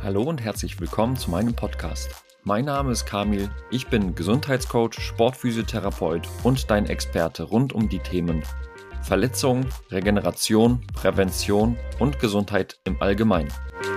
Hallo und herzlich willkommen zu meinem Podcast. Mein Name ist Kamil, ich bin Gesundheitscoach, Sportphysiotherapeut und dein Experte rund um die Themen Verletzung, Regeneration, Prävention und Gesundheit im Allgemeinen.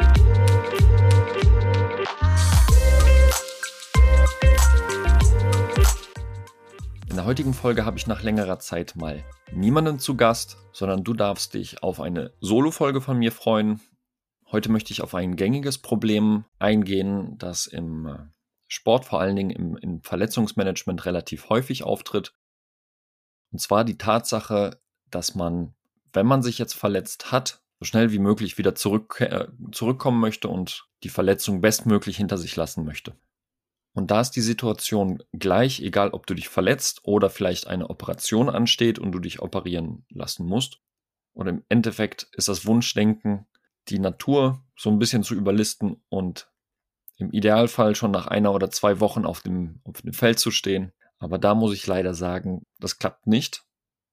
In der heutigen Folge habe ich nach längerer Zeit mal niemanden zu Gast, sondern du darfst dich auf eine Solo-Folge von mir freuen. Heute möchte ich auf ein gängiges Problem eingehen, das im Sport, vor allen Dingen im Verletzungsmanagement relativ häufig auftritt. Und zwar die Tatsache, dass man, wenn man sich jetzt verletzt hat, so schnell wie möglich wieder zurückkommen möchte und die Verletzung bestmöglich hinter sich lassen möchte. Und da ist die Situation gleich, egal ob du dich verletzt oder vielleicht eine Operation ansteht und du dich operieren lassen musst. Und im Endeffekt ist das Wunschdenken, die Natur so ein bisschen zu überlisten und im Idealfall schon nach 1 oder 2 Wochen auf dem Feld zu stehen. Aber da muss ich leider sagen, das klappt nicht.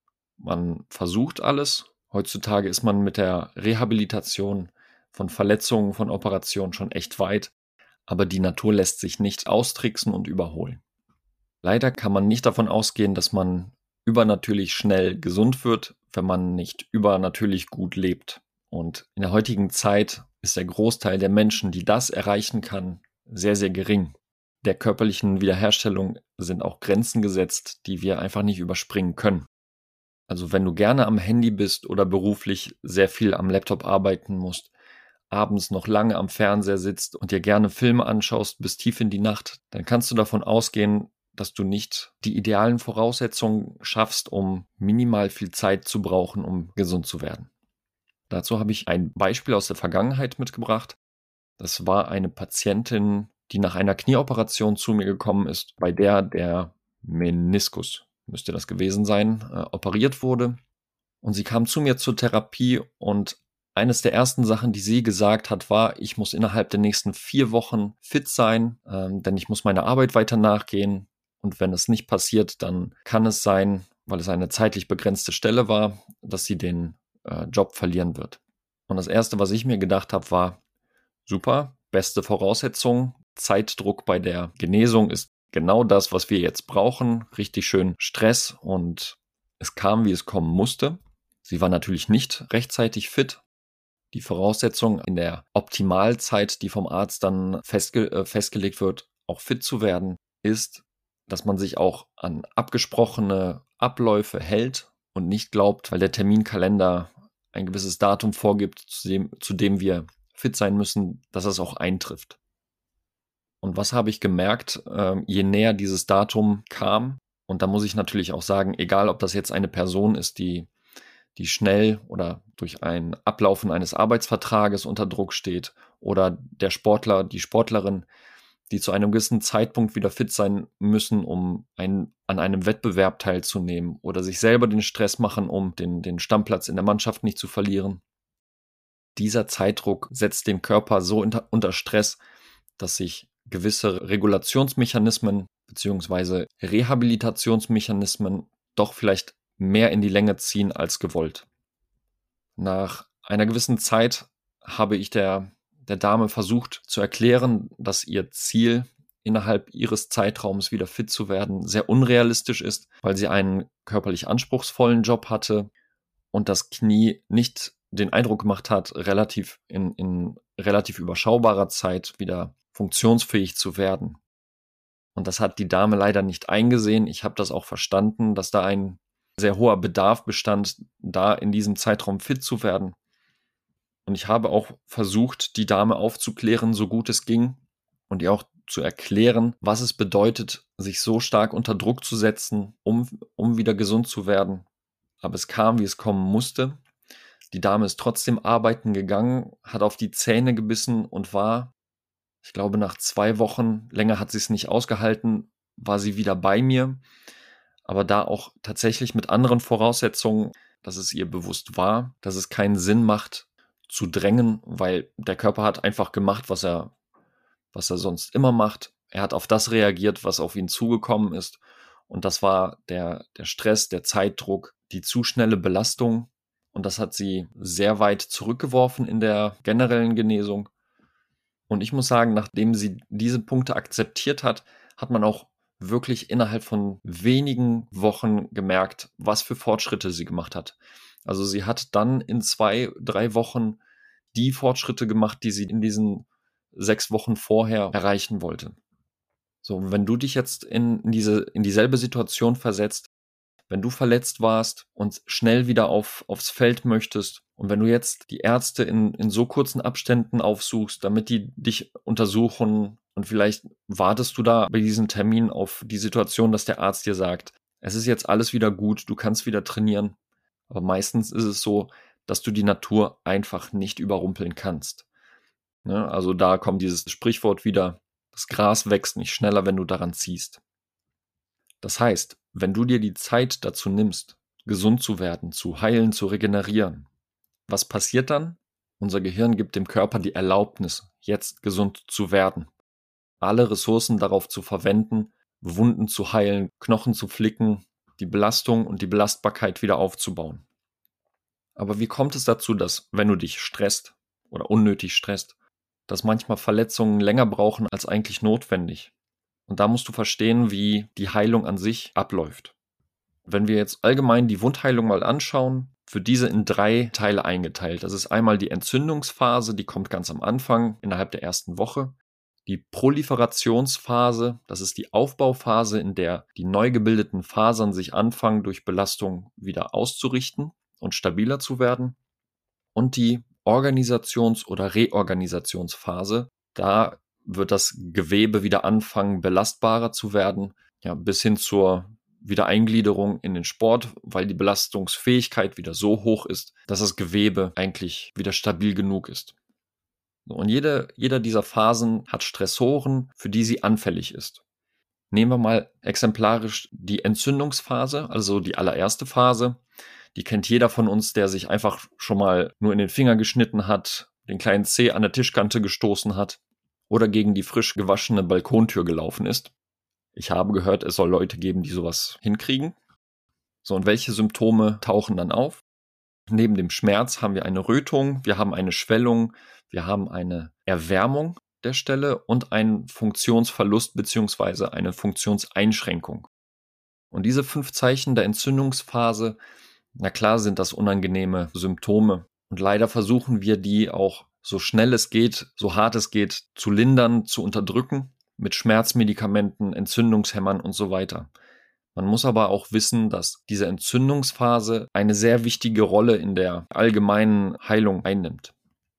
Man versucht alles. Heutzutage ist man mit der Rehabilitation von Verletzungen, von Operationen schon echt weit. Aber die Natur lässt sich nicht austricksen und überholen. Leider kann man nicht davon ausgehen, dass man übernatürlich schnell gesund wird, wenn man nicht übernatürlich gut lebt. Und in der heutigen Zeit ist der Großteil der Menschen, die das erreichen kann, sehr, sehr gering. Der körperlichen Wiederherstellung sind auch Grenzen gesetzt, die wir einfach nicht überspringen können. Also wenn du gerne am Handy bist oder beruflich sehr viel am Laptop arbeiten musst, abends noch lange am Fernseher sitzt und dir gerne Filme anschaust bis tief in die Nacht, dann kannst du davon ausgehen, dass du nicht die idealen Voraussetzungen schaffst, um minimal viel Zeit zu brauchen, um gesund zu werden. Dazu habe ich ein Beispiel aus der Vergangenheit mitgebracht. Das war eine Patientin, die nach einer Knieoperation zu mir gekommen ist, bei der Meniskus, müsste das gewesen sein, operiert wurde. Und sie kam zu mir zur Therapie und eines der ersten Sachen, die sie gesagt hat, war, ich muss innerhalb der nächsten 4 Wochen fit sein, denn ich muss meiner Arbeit weiter nachgehen. Und wenn es nicht passiert, dann kann es sein, weil es eine zeitlich begrenzte Stelle war, dass sie den Job verlieren wird. Und das Erste, was ich mir gedacht habe, war, super, beste Voraussetzung, Zeitdruck bei der Genesung ist genau das, was wir jetzt brauchen, richtig schön Stress und es kam, wie es kommen musste. Sie war natürlich nicht rechtzeitig fit. Die Voraussetzung in der Optimalzeit, die vom Arzt dann festgelegt wird, auch fit zu werden, ist, dass man sich auch an abgesprochene Abläufe hält und nicht glaubt, weil der Terminkalender ein gewisses Datum vorgibt, zu dem wir fit sein müssen, dass es auch eintrifft. Und was habe ich gemerkt, je näher dieses Datum kam, und da muss ich natürlich auch sagen, egal ob das jetzt eine Person ist, die schnell oder durch ein Ablaufen eines Arbeitsvertrages unter Druck steht oder der Sportler, die Sportlerin, die zu einem gewissen Zeitpunkt wieder fit sein müssen, um an einem Wettbewerb teilzunehmen oder sich selber den Stress machen, um den Stammplatz in der Mannschaft nicht zu verlieren. Dieser Zeitdruck setzt den Körper so unter Stress, dass sich gewisse Regulationsmechanismen bzw. Rehabilitationsmechanismen doch vielleicht mehr in die Länge ziehen als gewollt. Nach einer gewissen Zeit habe ich der Dame versucht zu erklären, dass ihr Ziel, innerhalb ihres Zeitraums wieder fit zu werden, sehr unrealistisch ist, weil sie einen körperlich anspruchsvollen Job hatte und das Knie nicht den Eindruck gemacht hat, in relativ überschaubarer Zeit wieder funktionsfähig zu werden. Und das hat die Dame leider nicht eingesehen. Ich habe das auch verstanden, dass da ein sehr hoher Bedarf bestand, da in diesem Zeitraum fit zu werden. Und ich habe auch versucht, die Dame aufzuklären, so gut es ging, und ihr auch zu erklären, was es bedeutet, sich so stark unter Druck zu setzen, um wieder gesund zu werden. Aber es kam, wie es kommen musste. Die Dame ist trotzdem arbeiten gegangen, hat auf die Zähne gebissen und war, ich glaube, nach 2 Wochen, länger hat sie es nicht ausgehalten, war sie wieder bei mir. Aber da auch tatsächlich mit anderen Voraussetzungen, dass es ihr bewusst war, dass es keinen Sinn macht, zu drängen, weil der Körper hat einfach gemacht, was er sonst immer macht. Er hat auf das reagiert, was auf ihn zugekommen ist. Und das war der Stress, der Zeitdruck, die zu schnelle Belastung. Und das hat sie sehr weit zurückgeworfen in der generellen Genesung. Und ich muss sagen, nachdem sie diese Punkte akzeptiert hat, hat man auch wirklich innerhalb von wenigen Wochen gemerkt, was für Fortschritte sie gemacht hat. Also sie hat dann in 2, 3 Wochen die Fortschritte gemacht, die sie in diesen 6 Wochen vorher erreichen wollte. So, wenn du dich jetzt in dieselbe Situation versetzt, wenn du verletzt warst und schnell wieder aufs Feld möchtest und wenn du jetzt die Ärzte in so kurzen Abständen aufsuchst, damit die dich untersuchen und vielleicht wartest du da bei diesem Termin auf die Situation, dass der Arzt dir sagt, es ist jetzt alles wieder gut, du kannst wieder trainieren. Aber meistens ist es so, dass du die Natur einfach nicht überrumpeln kannst. Ne? Also da kommt dieses Sprichwort wieder, das Gras wächst nicht schneller, wenn du daran ziehst. Das heißt, wenn du dir die Zeit dazu nimmst, gesund zu werden, zu heilen, zu regenerieren, was passiert dann? Unser Gehirn gibt dem Körper die Erlaubnis, jetzt gesund zu werden. Alle Ressourcen darauf zu verwenden, Wunden zu heilen, Knochen zu flicken, die Belastung und die Belastbarkeit wieder aufzubauen. Aber wie kommt es dazu, dass, wenn du dich stresst oder unnötig stresst, dass manchmal Verletzungen länger brauchen als eigentlich notwendig? Und da musst du verstehen, wie die Heilung an sich abläuft. Wenn wir jetzt allgemein die Wundheilung mal anschauen, wird diese in 3 Teile eingeteilt. Das ist einmal die Entzündungsphase, die kommt ganz am Anfang, innerhalb der ersten Woche. Die Proliferationsphase, das ist die Aufbauphase, in der die neu gebildeten Fasern sich anfangen, durch Belastung wieder auszurichten und stabiler zu werden. Und die Organisations- oder Reorganisationsphase, da wird das Gewebe wieder anfangen, belastbarer zu werden, ja, bis hin zur Wiedereingliederung in den Sport, weil die Belastungsfähigkeit wieder so hoch ist, dass das Gewebe eigentlich wieder stabil genug ist. Und jeder dieser Phasen hat Stressoren, für die sie anfällig ist. Nehmen wir mal exemplarisch die Entzündungsphase, also die allererste Phase. Die kennt jeder von uns, der sich einfach schon mal nur in den Finger geschnitten hat, den kleinen Zeh an der Tischkante gestoßen hat oder gegen die frisch gewaschene Balkontür gelaufen ist. Ich habe gehört, es soll Leute geben, die sowas hinkriegen. So, und welche Symptome tauchen dann auf? Neben dem Schmerz haben wir eine Rötung, wir haben eine Schwellung, wir haben eine Erwärmung der Stelle und einen Funktionsverlust bzw. eine Funktionseinschränkung. Und diese 5 Zeichen der Entzündungsphase, na klar sind das unangenehme Symptome. Und leider versuchen wir die auch so schnell es geht, so hart es geht, zu lindern, zu unterdrücken mit Schmerzmedikamenten, Entzündungshemmern und so weiter. Man muss aber auch wissen, dass diese Entzündungsphase eine sehr wichtige Rolle in der allgemeinen Heilung einnimmt.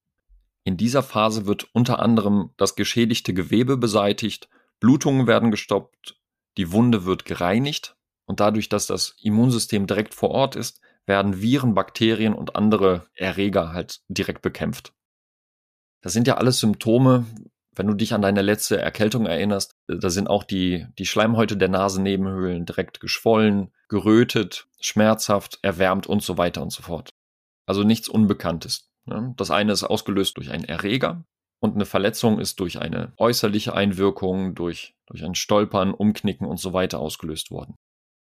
In dieser Phase wird unter anderem das geschädigte Gewebe beseitigt, Blutungen werden gestoppt, die Wunde wird gereinigt und dadurch, dass das Immunsystem direkt vor Ort ist, werden Viren, Bakterien und andere Erreger halt direkt bekämpft. Das sind ja alles Symptome, wenn du dich an deine letzte Erkältung erinnerst, da sind auch die Schleimhäute der Nasennebenhöhlen direkt geschwollen, gerötet, schmerzhaft, erwärmt und so weiter und so fort. Also nichts Unbekanntes. Das eine ist ausgelöst durch einen Erreger und eine Verletzung ist durch eine äußerliche Einwirkung, durch ein Stolpern, Umknicken und so weiter ausgelöst worden.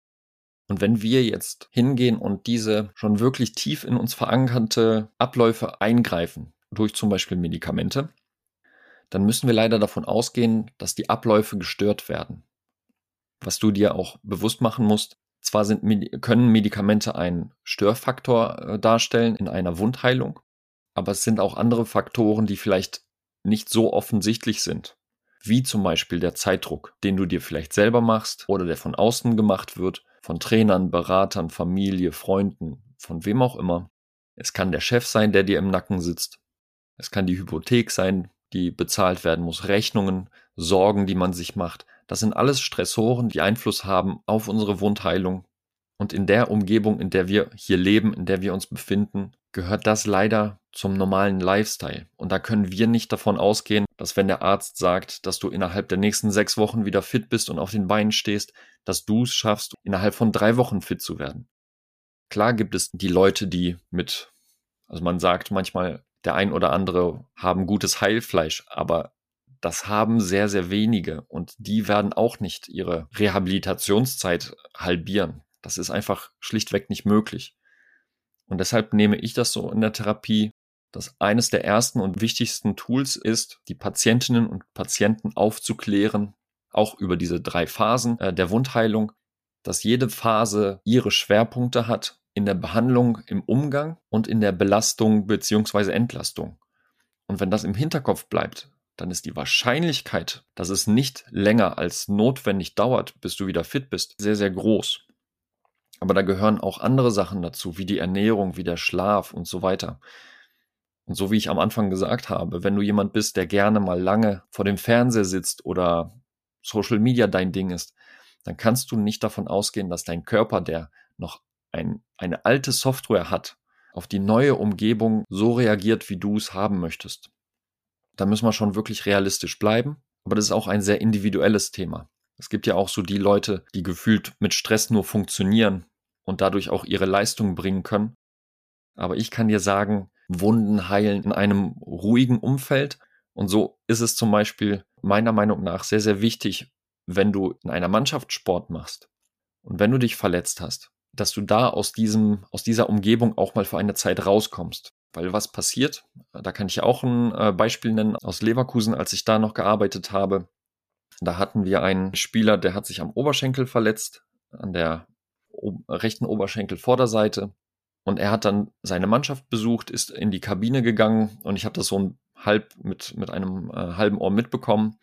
Und wenn wir jetzt hingehen und diese schon wirklich tief in uns verankerte Abläufe eingreifen, durch zum Beispiel Medikamente, dann müssen wir leider davon ausgehen, dass die Abläufe gestört werden. Was du dir auch bewusst machen musst, zwar können Medikamente einen Störfaktor darstellen in einer Wundheilung, aber es sind auch andere Faktoren, die vielleicht nicht so offensichtlich sind, wie zum Beispiel der Zeitdruck, den du dir vielleicht selber machst oder der von außen gemacht wird, von Trainern, Beratern, Familie, Freunden, von wem auch immer. Es kann der Chef sein, der dir im Nacken sitzt. Es kann die Hypothek sein, die bezahlt werden muss, Rechnungen, Sorgen, die man sich macht. Das sind alles Stressoren, die Einfluss haben auf unsere Wundheilung. Und in der Umgebung, in der wir hier leben, in der wir uns befinden, gehört das leider zum normalen Lifestyle. Und da können wir nicht davon ausgehen, dass wenn der Arzt sagt, dass du innerhalb der nächsten 6 Wochen wieder fit bist und auf den Beinen stehst, dass du es schaffst, innerhalb von 3 Wochen fit zu werden. Klar gibt es die Leute, also man sagt manchmal, der ein oder andere haben gutes Heilfleisch, aber das haben sehr, sehr wenige und die werden auch nicht ihre Rehabilitationszeit halbieren. Das ist einfach schlichtweg nicht möglich. Und deshalb nehme ich das so in der Therapie dass eines der ersten und wichtigsten Tools ist, die Patientinnen und Patienten aufzuklären, auch über diese 3 Phasen der Wundheilung, dass jede Phase ihre Schwerpunkte hat in der Behandlung, im Umgang und in der Belastung bzw. Entlastung. Und wenn das im Hinterkopf bleibt, dann ist die Wahrscheinlichkeit, dass es nicht länger als notwendig dauert, bis du wieder fit bist, sehr, sehr groß. Aber da gehören auch andere Sachen dazu, wie die Ernährung, wie der Schlaf und so weiter. Und so wie ich am Anfang gesagt habe, wenn du jemand bist, der gerne mal lange vor dem Fernseher sitzt oder Social Media dein Ding ist, dann kannst du nicht davon ausgehen, dass dein Körper, der noch eine alte Software hat, auf die neue Umgebung so reagiert, wie du es haben möchtest. Da müssen wir schon wirklich realistisch bleiben. Aber das ist auch ein sehr individuelles Thema. Es gibt ja auch so die Leute, die gefühlt mit Stress nur funktionieren und dadurch auch ihre Leistung bringen können. Aber ich kann dir sagen, Wunden heilen in einem ruhigen Umfeld. Und so ist es zum Beispiel meiner Meinung nach sehr, sehr wichtig, wenn du in einer Mannschaft Sport machst und wenn du dich verletzt hast, dass du da aus dieser Umgebung auch mal für eine Zeit rauskommst. Weil was passiert, da kann ich ja auch ein Beispiel nennen aus Leverkusen, als ich da noch gearbeitet habe. Da hatten wir einen Spieler, der hat sich am Oberschenkel verletzt, an der rechten Oberschenkelvorderseite. Und er hat dann seine Mannschaft besucht, ist in die Kabine gegangen und ich habe das so mit einem halben Ohr mitbekommen.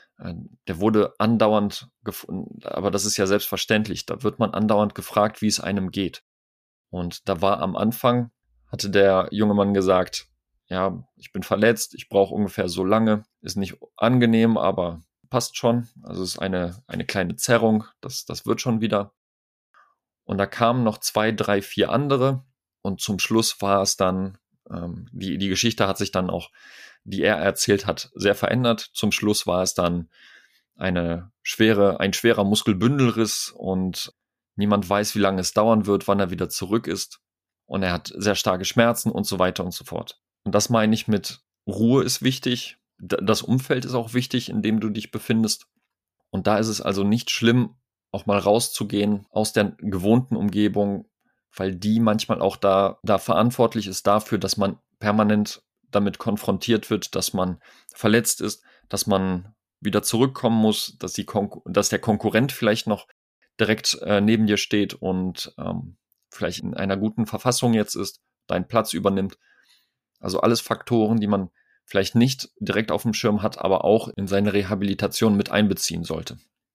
Der wurde andauernd gefunden, aber das ist ja selbstverständlich, da wird man andauernd gefragt, wie es einem geht. Und da war am Anfang, hatte der junge Mann gesagt, ja, ich bin verletzt, ich brauche ungefähr so lange, ist nicht angenehm, aber passt schon. Also es ist eine kleine Zerrung, das wird schon wieder. Und da kamen noch 2, 3, 4 andere und zum Schluss war es dann, die Geschichte hat sich dann auch, die er erzählt hat, sehr verändert. Zum Schluss war es dann ein schwerer Muskelbündelriss und niemand weiß, wie lange es dauern wird, wann er wieder zurück ist. Und er hat sehr starke Schmerzen und so weiter und so fort. Und das meine ich mit Ruhe ist wichtig. Das Umfeld ist auch wichtig, in dem du dich befindest. Und da ist es also nicht schlimm, auch mal rauszugehen aus der gewohnten Umgebung, weil die manchmal auch da verantwortlich ist dafür, dass man permanent damit konfrontiert wird, dass man verletzt ist, dass man wieder zurückkommen muss, dass der Konkurrent vielleicht noch direkt neben dir steht und vielleicht in einer guten Verfassung jetzt ist, deinen Platz übernimmt. Also alles Faktoren, die man vielleicht nicht direkt auf dem Schirm hat, aber auch in seine Rehabilitation mit einbeziehen sollte.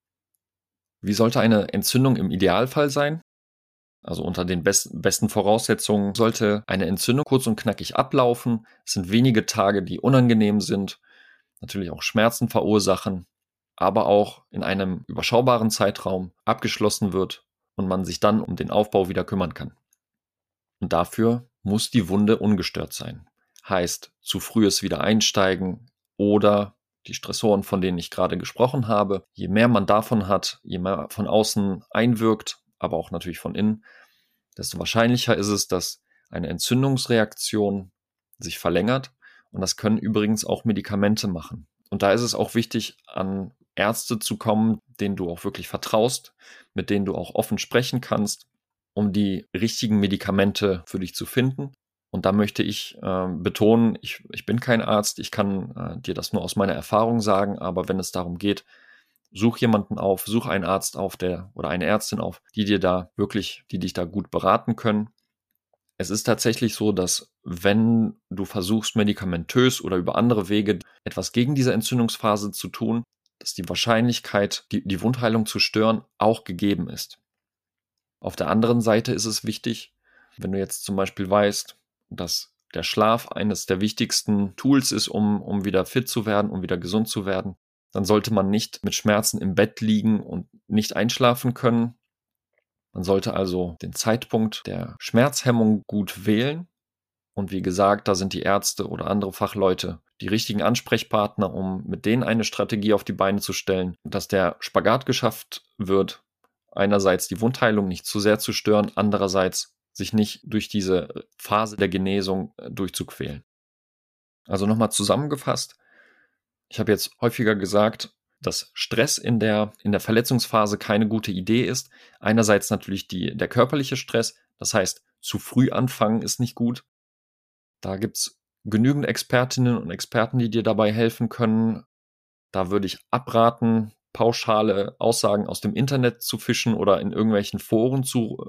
Wie sollte eine Entzündung im Idealfall sein? Also unter den besten Voraussetzungen sollte eine Entzündung kurz und knackig ablaufen. Es sind wenige Tage, die unangenehm sind, natürlich auch Schmerzen verursachen, aber auch in einem überschaubaren Zeitraum abgeschlossen wird und man sich dann um den Aufbau wieder kümmern kann. Und dafür muss die Wunde ungestört sein. Heißt, zu frühes Wiedereinsteigen oder die Stressoren, von denen ich gerade gesprochen habe. Je mehr man davon hat, je mehr von außen einwirkt, aber auch natürlich von innen, desto wahrscheinlicher ist es, dass eine Entzündungsreaktion sich verlängert. Und das können übrigens auch Medikamente machen. Und da ist es auch wichtig, an Ärzte zu kommen, denen du auch wirklich vertraust, mit denen du auch offen sprechen kannst, um die richtigen Medikamente für dich zu finden. Und da möchte ich betonen, ich bin kein Arzt, ich kann dir das nur aus meiner Erfahrung sagen, aber wenn es darum geht, such jemanden auf, such einen Arzt auf, oder eine Ärztin auf, die dich da gut beraten können. Es ist tatsächlich so, dass wenn du versuchst, medikamentös oder über andere Wege etwas gegen diese Entzündungsphase zu tun, dass die Wahrscheinlichkeit, die Wundheilung zu stören, auch gegeben ist. Auf der anderen Seite ist es wichtig, wenn du jetzt zum Beispiel weißt, dass der Schlaf eines der wichtigsten Tools ist, um wieder fit zu werden, um wieder gesund zu werden, dann sollte man nicht mit Schmerzen im Bett liegen und nicht einschlafen können. Man sollte also den Zeitpunkt der Schmerzhemmung gut wählen. Und wie gesagt, da sind die Ärzte oder andere Fachleute die richtigen Ansprechpartner, um mit denen eine Strategie auf die Beine zu stellen, dass der Spagat geschafft wird, einerseits die Wundheilung nicht zu sehr zu stören, andererseits sich nicht durch diese Phase der Genesung durchzuquälen. Also nochmal zusammengefasst, ich habe jetzt häufiger gesagt, dass Stress in der Verletzungsphase keine gute Idee ist. Einerseits natürlich der körperliche Stress, das heißt, zu früh anfangen ist nicht gut. Da gibt es genügend Expertinnen und Experten, die dir dabei helfen können. Da würde ich abraten, pauschale Aussagen aus dem Internet zu fischen oder in irgendwelchen Foren zu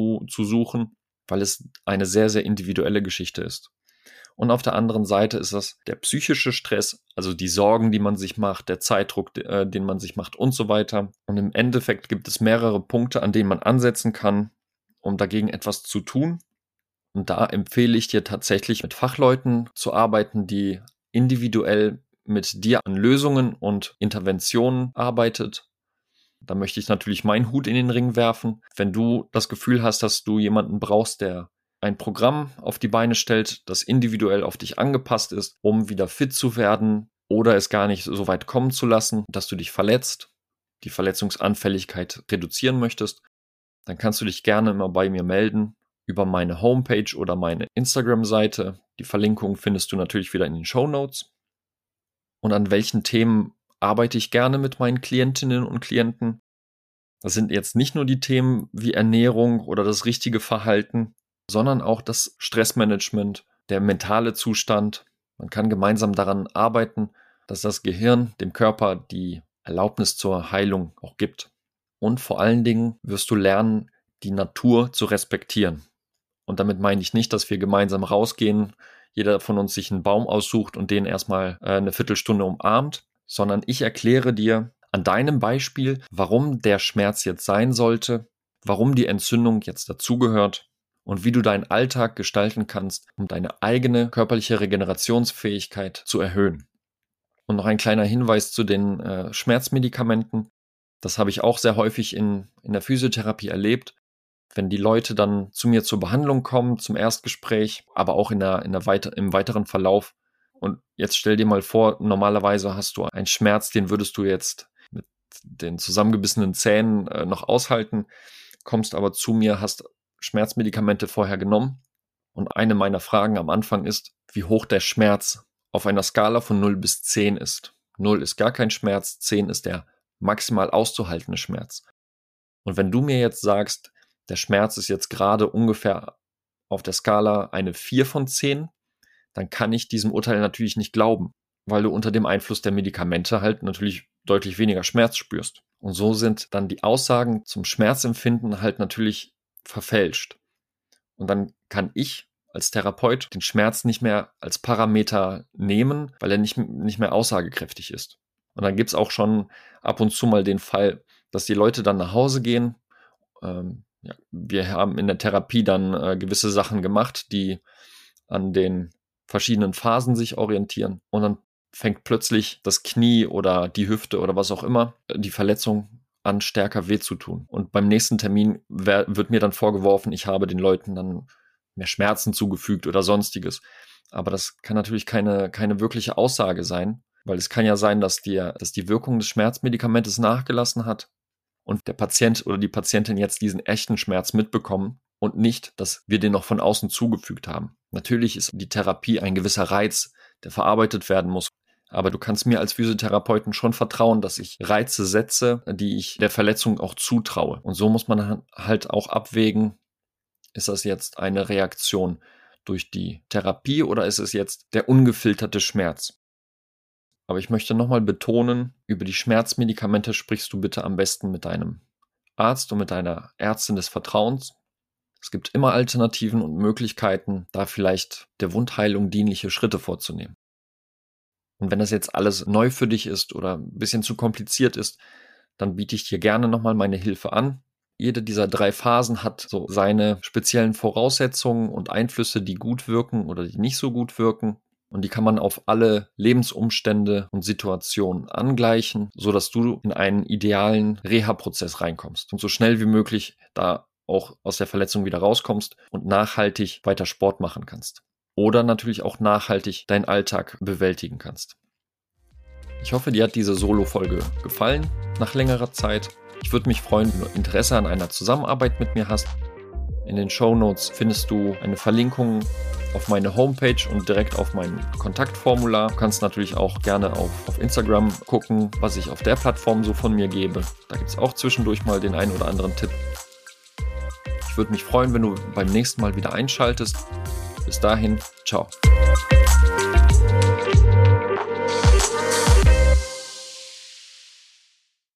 suchen, weil es eine sehr, sehr individuelle Geschichte ist. Und auf der anderen Seite ist das der psychische Stress, also die Sorgen, die man sich macht, der Zeitdruck, den man sich macht und so weiter. Und im Endeffekt gibt es mehrere Punkte, an denen man ansetzen kann, um dagegen etwas zu tun. Und da empfehle ich dir tatsächlich mit Fachleuten zu arbeiten, die individuell mit dir an Lösungen und Interventionen arbeitet. Da möchte ich natürlich meinen Hut in den Ring werfen. Wenn du das Gefühl hast, dass du jemanden brauchst, der ein Programm auf die Beine stellt, das individuell auf dich angepasst ist, um wieder fit zu werden oder es gar nicht so weit kommen zu lassen, dass du dich verletzt, die Verletzungsanfälligkeit reduzieren möchtest, dann kannst du dich gerne immer bei mir melden über meine Homepage oder meine Instagram-Seite. Die Verlinkung findest du natürlich wieder in den Shownotes. Und an welchen Themen arbeite ich gerne mit meinen Klientinnen und Klienten? Das sind jetzt nicht nur die Themen wie Ernährung oder das richtige Verhalten, sondern auch das Stressmanagement, der mentale Zustand. Man kann gemeinsam daran arbeiten, dass das Gehirn dem Körper die Erlaubnis zur Heilung auch gibt. Und vor allen Dingen wirst du lernen, die Natur zu respektieren. Und damit meine ich nicht, dass wir gemeinsam rausgehen, jeder von uns sich einen Baum aussucht und den erstmal eine Viertelstunde umarmt, sondern ich erkläre dir an deinem Beispiel, warum der Schmerz jetzt sein sollte, warum die Entzündung jetzt dazugehört und wie du deinen Alltag gestalten kannst, um deine eigene körperliche Regenerationsfähigkeit zu erhöhen. Und noch ein kleiner Hinweis zu den Schmerzmedikamenten. Das habe ich auch sehr häufig in der Physiotherapie erlebt. Wenn die Leute dann zu mir zur Behandlung kommen, zum Erstgespräch, aber auch im weiteren Verlauf. Und jetzt stell dir mal vor, normalerweise hast du einen Schmerz, den würdest du jetzt mit den zusammengebissenen Zähnen noch aushalten, kommst aber zu mir, hast Schmerzmedikamente vorher genommen. Und eine meiner Fragen am Anfang ist, wie hoch der Schmerz auf einer Skala von 0 bis 10 ist. 0 ist gar kein Schmerz, 10 ist der maximal auszuhaltende Schmerz. Und wenn du mir jetzt sagst, der Schmerz ist jetzt gerade ungefähr auf der Skala eine 4 von 10, dann kann ich diesem Urteil natürlich nicht glauben, weil du unter dem Einfluss der Medikamente halt natürlich deutlich weniger Schmerz spürst. Und so sind dann die Aussagen zum Schmerzempfinden halt natürlich verfälscht. Und dann kann ich als Therapeut den Schmerz nicht mehr als Parameter nehmen, weil er nicht mehr aussagekräftig ist. Und dann gibt es auch schon ab und zu mal den Fall, dass die Leute dann nach Hause gehen. Wir haben in der Therapie dann gewisse Sachen gemacht, die an den verschiedenen Phasen sich orientieren. Und dann fängt plötzlich das Knie oder die Hüfte oder was auch immer, die Verletzung an, stärker weh zu tun. Und beim nächsten Termin wird mir dann vorgeworfen, ich habe den Leuten dann mehr Schmerzen zugefügt oder sonstiges. Aber das kann natürlich keine wirkliche Aussage sein, weil es kann ja sein, dass die Wirkung des Schmerzmedikamentes nachgelassen hat und der Patient oder die Patientin jetzt diesen echten Schmerz mitbekommen und nicht, dass wir den noch von außen zugefügt haben. Natürlich ist die Therapie ein gewisser Reiz, der verarbeitet werden muss. Aber du kannst mir als Physiotherapeuten schon vertrauen, dass ich Reize setze, die ich der Verletzung auch zutraue. Und so muss man halt auch abwägen, ist das jetzt eine Reaktion durch die Therapie oder ist es jetzt der ungefilterte Schmerz? Aber ich möchte nochmal betonen, über die Schmerzmedikamente sprichst du bitte am besten mit deinem Arzt und mit deiner Ärztin des Vertrauens. Es gibt immer Alternativen und Möglichkeiten, da vielleicht der Wundheilung dienliche Schritte vorzunehmen. Und wenn das jetzt alles neu für dich ist oder ein bisschen zu kompliziert ist, dann biete ich dir gerne nochmal meine Hilfe an. Jede dieser 3 Phasen hat so seine speziellen Voraussetzungen und Einflüsse, die gut wirken oder die nicht so gut wirken. Und die kann man auf alle Lebensumstände und Situationen angleichen, sodass du in einen idealen Reha-Prozess reinkommst und so schnell wie möglich da auch aus der Verletzung wieder rauskommst und nachhaltig weiter Sport machen kannst. Oder natürlich auch nachhaltig deinen Alltag bewältigen kannst. Ich hoffe, dir hat diese Solo-Folge gefallen nach längerer Zeit. Ich würde mich freuen, wenn du Interesse an einer Zusammenarbeit mit mir hast. In den Shownotes findest du eine Verlinkung auf meine Homepage und direkt auf mein Kontaktformular. Du kannst natürlich auch gerne auf Instagram gucken, was ich auf der Plattform so von mir gebe. Da gibt es auch zwischendurch mal den einen oder anderen Tipp. Ich würde mich freuen, wenn du beim nächsten Mal wieder einschaltest. Bis dahin, ciao.